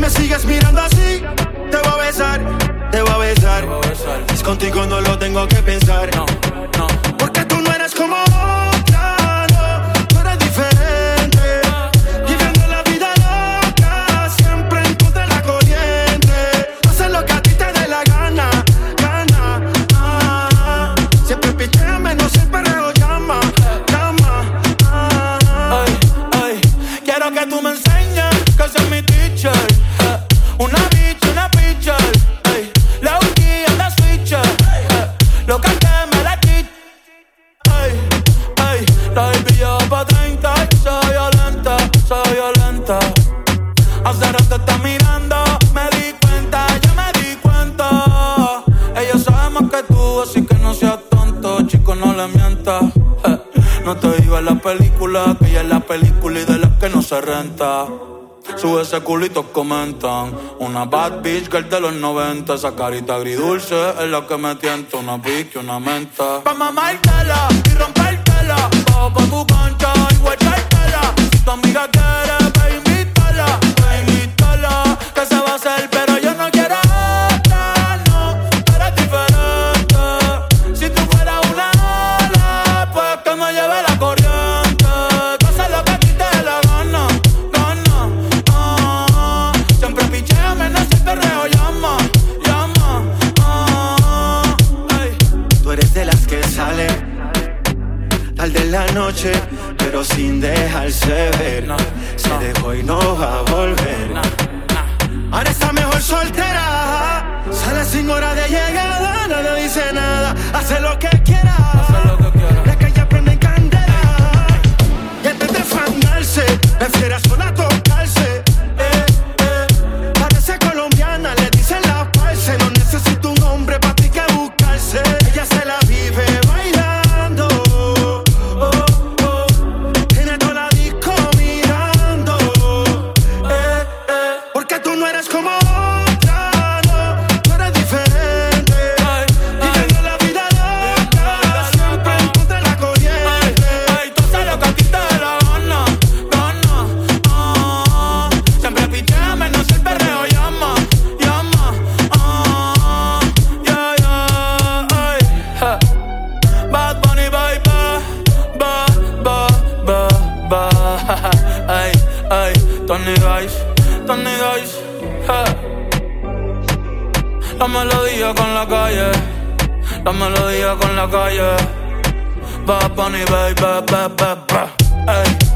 me sigues mirando así, te voy a besar, te voy a besar. Es contigo, no lo tengo que pensar. No, no. Porque tú no eres como otra, no. Tú eres diferente. Viviendo la vida loca, siempre en contra de la corriente. Haces lo que a ti te dé la gana, gana. Siempre picheame, no sé, perreo llama, llama. Ay, ay, quiero que tú me enseñes que soy mi teacher. Una bitch, una pitcher. Ay, la UG and la switcher. Lo que me la chit. Ay, ay, la baby lleva pa' 30 y soy violenta. Hace rato está mirando, me di cuenta, ya me di cuenta. Ella sabe más que tú, así que no seas tonto, chico, no le mientas. No te digo en la película, que ella es la película y de las que no se renta. Sube ese culito, comentan. Una bad bitch girl de los 90. Esa carita agridulce es la que me tienta. Una bitch y una menta. Pa' mamártela y rompértela. Bajo pa' tu cancha y guachártela. Si tu amiga quiere, pa' invítala. Que se va a hacer, pero yo no quiero otra, no. Tú eres diferente. Si tú fueras una ola, pues que me lleve la corriente. Tú haces lo que a ti te dé la gana. Siempre picheame, no sé, perreo llama, llama. Tú eres de las que sale tarde en la noche, pero sin dejarse ver. Se dejó y no va a volver. Ahora está mejor soltera. Sale sin hora de llegada, no le dice nada. Hace lo que quiera. La calle prende en candela. Y antes de fandarse, prefiere a sola tocarse. Parece colombiana, le dicen la parce. No necesito un hombre pa' ti que buscarse. Ella se la vive bailando. Tiene toda la disco mirando. Porque tú no eres como otra, no. Tú eres diferente. Viviendo la vida loca, siempre en contra de la corriente. Tú haces lo que a ti te dé la gana, gana. Siempre picheame, no sé, el perreo llama, llama. Yeah, yeah, ay. Bad Bunny, baby. Ay, ay, Tony Guys. La melodía con la calle. La melodía con la calle. Bad Bunny, baby. Ay.